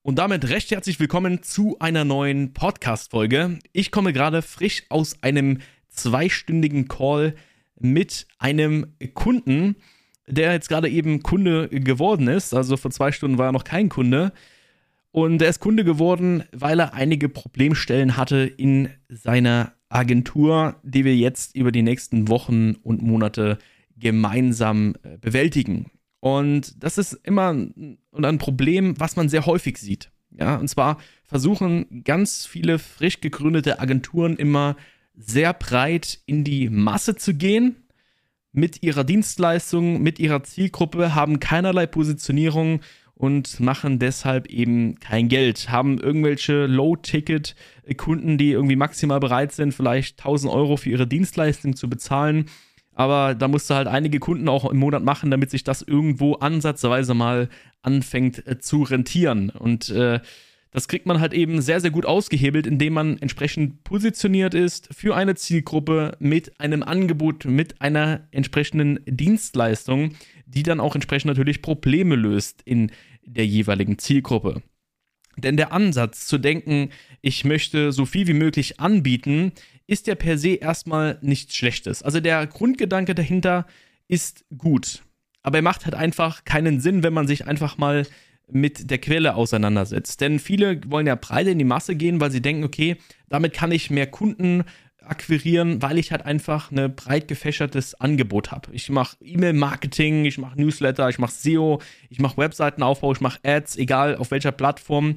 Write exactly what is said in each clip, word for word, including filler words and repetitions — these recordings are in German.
Und damit recht herzlich willkommen zu einer neuen Podcast-Folge. Ich komme gerade frisch aus einem zweistündigen Call mit einem Kunden, der jetzt gerade eben Kunde geworden ist. Also vor zwei Stunden war er noch kein Kunde. Und er ist Kunde geworden, weil er einige Problemstellen hatte in seiner Agentur, die wir jetzt über die nächsten Wochen und Monate gemeinsam bewältigen. Und das ist immer ein Problem, was man sehr häufig sieht. Ja, und zwar versuchen ganz viele frisch gegründete Agenturen immer sehr breit in die Masse zu gehen mit ihrer Dienstleistung, mit ihrer Zielgruppe, haben keinerlei Positionierung und machen deshalb eben kein Geld. Haben irgendwelche Low-Ticket-Kunden, die irgendwie maximal bereit sind, vielleicht tausend Euro für ihre Dienstleistung zu bezahlen. Aber da musst du halt einige Kunden auch im Monat machen, damit sich das irgendwo ansatzweise mal anfängt äh, zu rentieren. Und äh, das kriegt man halt eben sehr, sehr gut ausgehebelt, indem man entsprechend positioniert ist für eine Zielgruppe mit einem Angebot, mit einer entsprechenden Dienstleistung, die dann auch entsprechend natürlich Probleme löst in der jeweiligen Zielgruppe. Denn der Ansatz zu denken, ich möchte so viel wie möglich anbieten, ist ja per se erstmal nichts Schlechtes. Also der Grundgedanke dahinter ist gut. Aber er macht halt einfach keinen Sinn, wenn man sich einfach mal mit der Quelle auseinandersetzt. Denn viele wollen ja breit in die Masse gehen, weil sie denken, okay, damit kann ich mehr Kunden akquirieren, weil ich halt einfach ein breit gefächertes Angebot habe. Ich mache E-Mail-Marketing, ich mache Newsletter, ich mache S E O, ich mache Webseitenaufbau, ich mache Ads, egal auf welcher Plattform.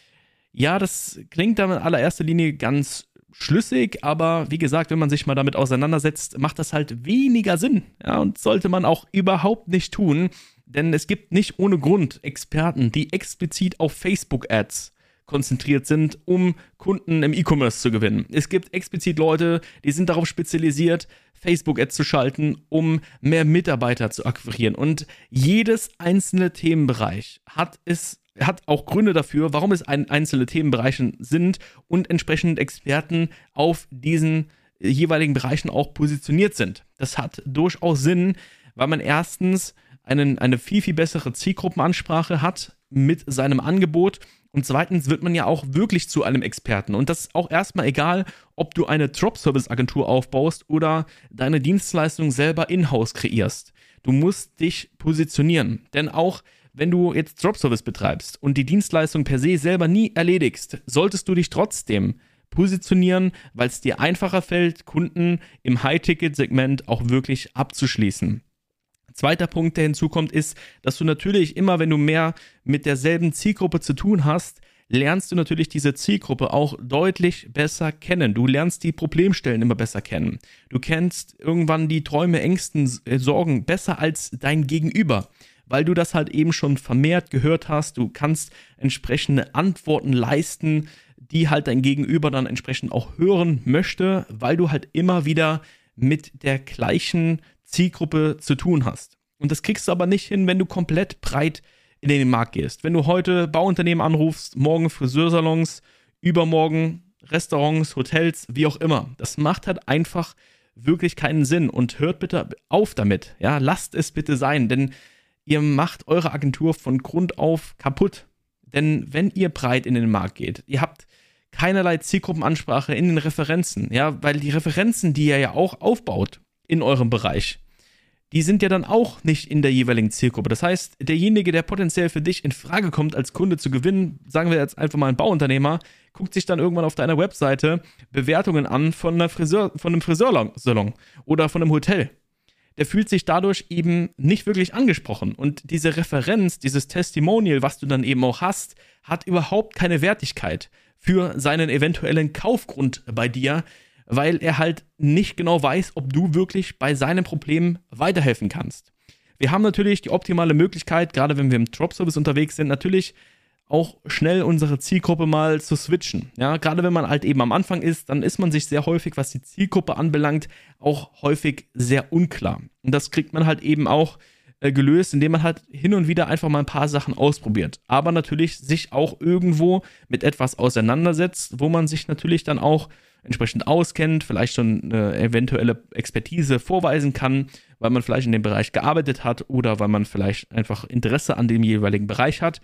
Ja, das klingt dann in allererster Linie ganz schlüssig, aber wie gesagt, wenn man sich mal damit auseinandersetzt, macht das halt weniger Sinn. Ja, und sollte man auch überhaupt nicht tun, denn es gibt nicht ohne Grund Experten, die explizit auf Facebook-Ads konzentriert sind, um Kunden im E-Commerce zu gewinnen. Es gibt explizit Leute, die sind darauf spezialisiert, Facebook-Ads zu schalten, um mehr Mitarbeiter zu akquirieren. Und jedes einzelne Themenbereich hat es hat auch Gründe dafür, warum es ein, einzelne Themenbereiche sind und entsprechend Experten auf diesen jeweiligen Bereichen auch positioniert sind. Das hat durchaus Sinn, weil man erstens einen, eine viel, viel bessere Zielgruppenansprache hat mit seinem Angebot und zweitens wird man ja auch wirklich zu einem Experten. Und das ist auch erstmal egal, ob du eine Drop-Service-Agentur aufbaust oder deine Dienstleistung selber in-house kreierst. Du musst dich positionieren, denn auch wenn du jetzt Drop-Service betreibst und die Dienstleistung per se selber nie erledigst, solltest du dich trotzdem positionieren, weil es dir einfacher fällt, Kunden im High-Ticket-Segment auch wirklich abzuschließen. Zweiter Punkt, der hinzukommt, ist, dass du natürlich immer, wenn du mehr mit derselben Zielgruppe zu tun hast, lernst du natürlich diese Zielgruppe auch deutlich besser kennen. Du lernst die Problemstellen immer besser kennen. Du kennst irgendwann die Träume, Ängsten, Sorgen besser als dein Gegenüber, weil du das halt eben schon vermehrt gehört hast. Du kannst entsprechende Antworten leisten, die halt dein Gegenüber dann entsprechend auch hören möchte, weil du halt immer wieder mit der gleichen Zielgruppe zu tun hast. Und das kriegst du aber nicht hin, wenn du komplett breit in den Markt gehst. Wenn du heute Bauunternehmen anrufst, morgen Friseursalons, übermorgen Restaurants, Hotels, wie auch immer. Das macht halt einfach wirklich keinen Sinn und hört bitte auf damit. Ja, lasst es bitte sein, denn ihr macht eure Agentur von Grund auf kaputt. Denn wenn ihr breit in den Markt geht, ihr habt keinerlei Zielgruppenansprache in den Referenzen, ja, weil die Referenzen, die ihr ja auch aufbaut in eurem Bereich, die sind ja dann auch nicht in der jeweiligen Zielgruppe. Das heißt, derjenige, der potenziell für dich in Frage kommt, als Kunde zu gewinnen, sagen wir jetzt einfach mal ein Bauunternehmer, guckt sich dann irgendwann auf deiner Webseite Bewertungen an von, einer Friseur, von einem Friseursalon oder von einem Hotel. Der fühlt sich dadurch eben nicht wirklich angesprochen. Und diese Referenz, dieses Testimonial, was du dann eben auch hast, hat überhaupt keine Wertigkeit für seinen eventuellen Kaufgrund bei dir, weil er halt nicht genau weiß, ob du wirklich bei seinem Problem weiterhelfen kannst. Wir haben natürlich die optimale Möglichkeit, gerade wenn wir im Drop-Service unterwegs sind, natürlich auch schnell unsere Zielgruppe mal zu switchen. Ja, gerade wenn man halt eben am Anfang ist, dann ist man sich sehr häufig, was die Zielgruppe anbelangt, auch häufig sehr unklar. Und das kriegt man halt eben auch äh, gelöst, indem man halt hin und wieder einfach mal ein paar Sachen ausprobiert. Aber natürlich sich auch irgendwo mit etwas auseinandersetzt, wo man sich natürlich dann auch entsprechend auskennt, vielleicht schon eine eventuelle Expertise vorweisen kann, weil man vielleicht in dem Bereich gearbeitet hat oder weil man vielleicht einfach Interesse an dem jeweiligen Bereich hat.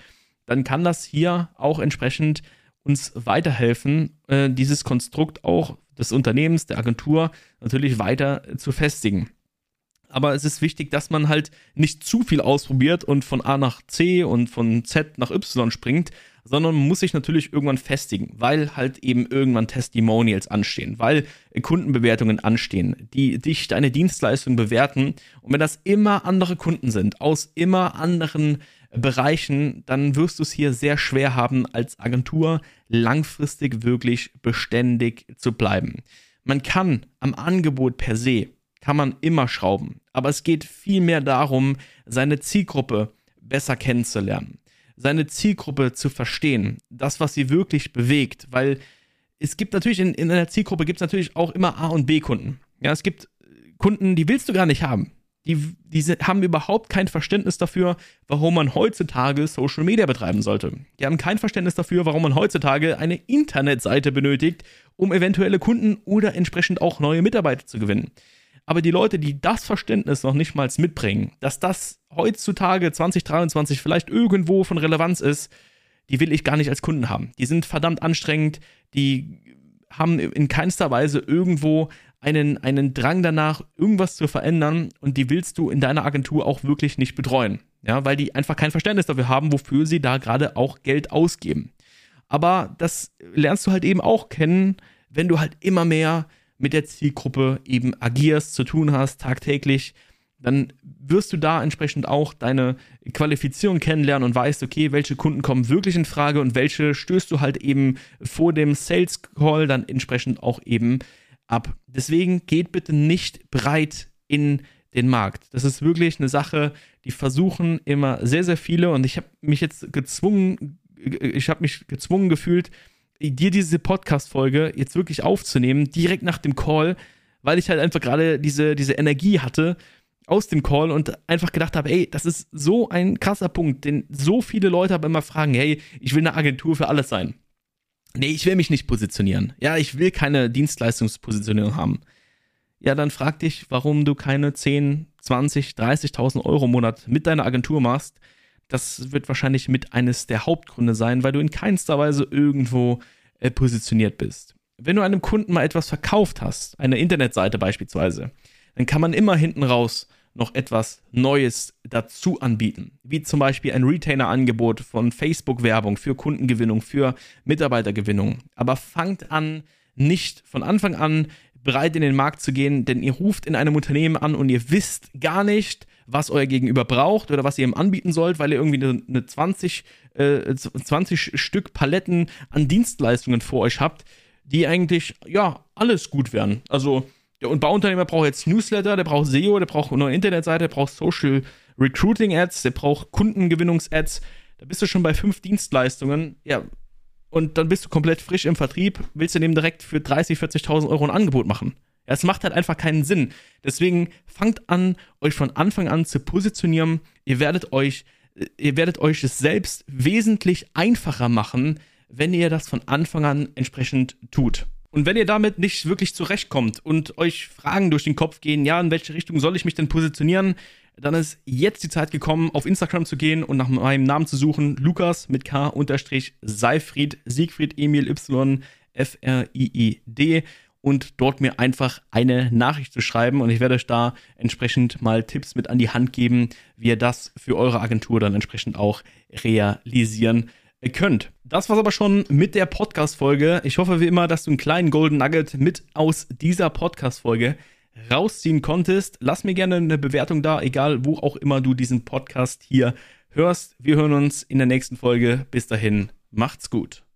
dann kann das hier auch entsprechend uns weiterhelfen, äh, dieses Konstrukt auch des Unternehmens, der Agentur natürlich weiter zu festigen. Aber es ist wichtig, dass man halt nicht zu viel ausprobiert und von A nach C und von Z nach Y springt, sondern man muss sich natürlich irgendwann festigen, weil halt eben irgendwann Testimonials anstehen, weil Kundenbewertungen anstehen, die dich, deine Dienstleistung bewerten. Und wenn das immer andere Kunden sind, aus immer anderen Bereichen, dann wirst du es hier sehr schwer haben, als Agentur langfristig wirklich beständig zu bleiben. Man kann am Angebot per se, kann man immer schrauben, aber es geht vielmehr darum, seine Zielgruppe besser kennenzulernen, seine Zielgruppe zu verstehen, das, was sie wirklich bewegt, weil es gibt natürlich in, in einer Zielgruppe gibt es natürlich auch immer A- und B-Kunden. Ja, es gibt Kunden, die willst du gar nicht haben. Die, die haben überhaupt kein Verständnis dafür, warum man heutzutage Social Media betreiben sollte. Die haben kein Verständnis dafür, warum man heutzutage eine Internetseite benötigt, um eventuelle Kunden oder entsprechend auch neue Mitarbeiter zu gewinnen. Aber die Leute, die das Verständnis noch nicht mal mitbringen, dass das heutzutage zwanzig dreiundzwanzig vielleicht irgendwo von Relevanz ist, die will ich gar nicht als Kunden haben. Die sind verdammt anstrengend, die haben in keinster Weise irgendwo einen, einen Drang danach, irgendwas zu verändern, und die willst du in deiner Agentur auch wirklich nicht betreuen. Ja, weil die einfach kein Verständnis dafür haben, wofür sie da gerade auch Geld ausgeben. Aber das lernst du halt eben auch kennen, wenn du halt immer mehr mit der Zielgruppe eben agierst, zu tun hast, tagtäglich, dann wirst du da entsprechend auch deine Qualifizierung kennenlernen und weißt, okay, welche Kunden kommen wirklich in Frage und welche stößt du halt eben vor dem Sales Call dann entsprechend auch eben ab. Deswegen geht bitte nicht breit in den Markt. Das ist wirklich eine Sache, die versuchen immer sehr, sehr viele, und ich habe mich jetzt gezwungen, ich habe mich gezwungen gefühlt, dir diese Podcast-Folge jetzt wirklich aufzunehmen, direkt nach dem Call, weil ich halt einfach gerade diese, diese Energie hatte aus dem Call und einfach gedacht habe, ey, das ist so ein krasser Punkt, denn so viele Leute aber immer fragen, hey, ich will eine Agentur für alles sein. Nee, ich will mich nicht positionieren. Ja, ich will keine Dienstleistungspositionierung haben. Ja, dann frag dich, warum du keine zehn, zwanzig, dreißigtausend Euro im Monat mit deiner Agentur machst. Das wird wahrscheinlich mit eines der Hauptgründe sein, weil du in keinster Weise irgendwo äh, positioniert bist. Wenn du einem Kunden mal etwas verkauft hast, eine Internetseite beispielsweise, dann kann man immer hinten raus noch etwas Neues dazu anbieten, wie zum Beispiel ein Retainer-Angebot von Facebook-Werbung für Kundengewinnung, für Mitarbeitergewinnung. Aber fangt an, nicht von Anfang an bereit in den Markt zu gehen, denn ihr ruft in einem Unternehmen an und ihr wisst gar nicht, was euer Gegenüber braucht oder was ihr ihm anbieten sollt, weil ihr irgendwie eine, eine zwanzig, äh, zwanzig Stück Paletten an Dienstleistungen vor euch habt, die eigentlich, ja, alles gut wären. Also der Bauunternehmer braucht jetzt Newsletter, der braucht S E O, der braucht eine neue Internetseite, der braucht Social Recruiting Ads, der braucht Kundengewinnungs-Ads. Da bist du schon bei fünf Dienstleistungen, ja, und dann bist du komplett frisch im Vertrieb, willst du dem direkt für dreißigtausend, vierzigtausend Euro ein Angebot machen. Ja, es macht halt einfach keinen Sinn. Deswegen fangt an, euch von Anfang an zu positionieren. Ihr werdet euch, ihr werdet euch es selbst wesentlich einfacher machen, wenn ihr das von Anfang an entsprechend tut. Und wenn ihr damit nicht wirklich zurechtkommt und euch Fragen durch den Kopf gehen, ja, in welche Richtung soll ich mich denn positionieren, dann ist jetzt die Zeit gekommen, auf Instagram zu gehen und nach meinem Namen zu suchen, Lukas mit K unterstrich Seifried, Siegfried Emil Y F R I I D, und dort mir einfach eine Nachricht zu schreiben, und ich werde euch da entsprechend mal Tipps mit an die Hand geben, wie ihr das für eure Agentur dann entsprechend auch realisieren könnt. Das war's aber schon mit der Podcast-Folge. Ich hoffe wie immer, dass du einen kleinen Golden Nugget mit aus dieser Podcast-Folge rausziehen konntest. Lass mir gerne eine Bewertung da, egal wo auch immer du diesen Podcast hier hörst. Wir hören uns in der nächsten Folge. Bis dahin, macht's gut.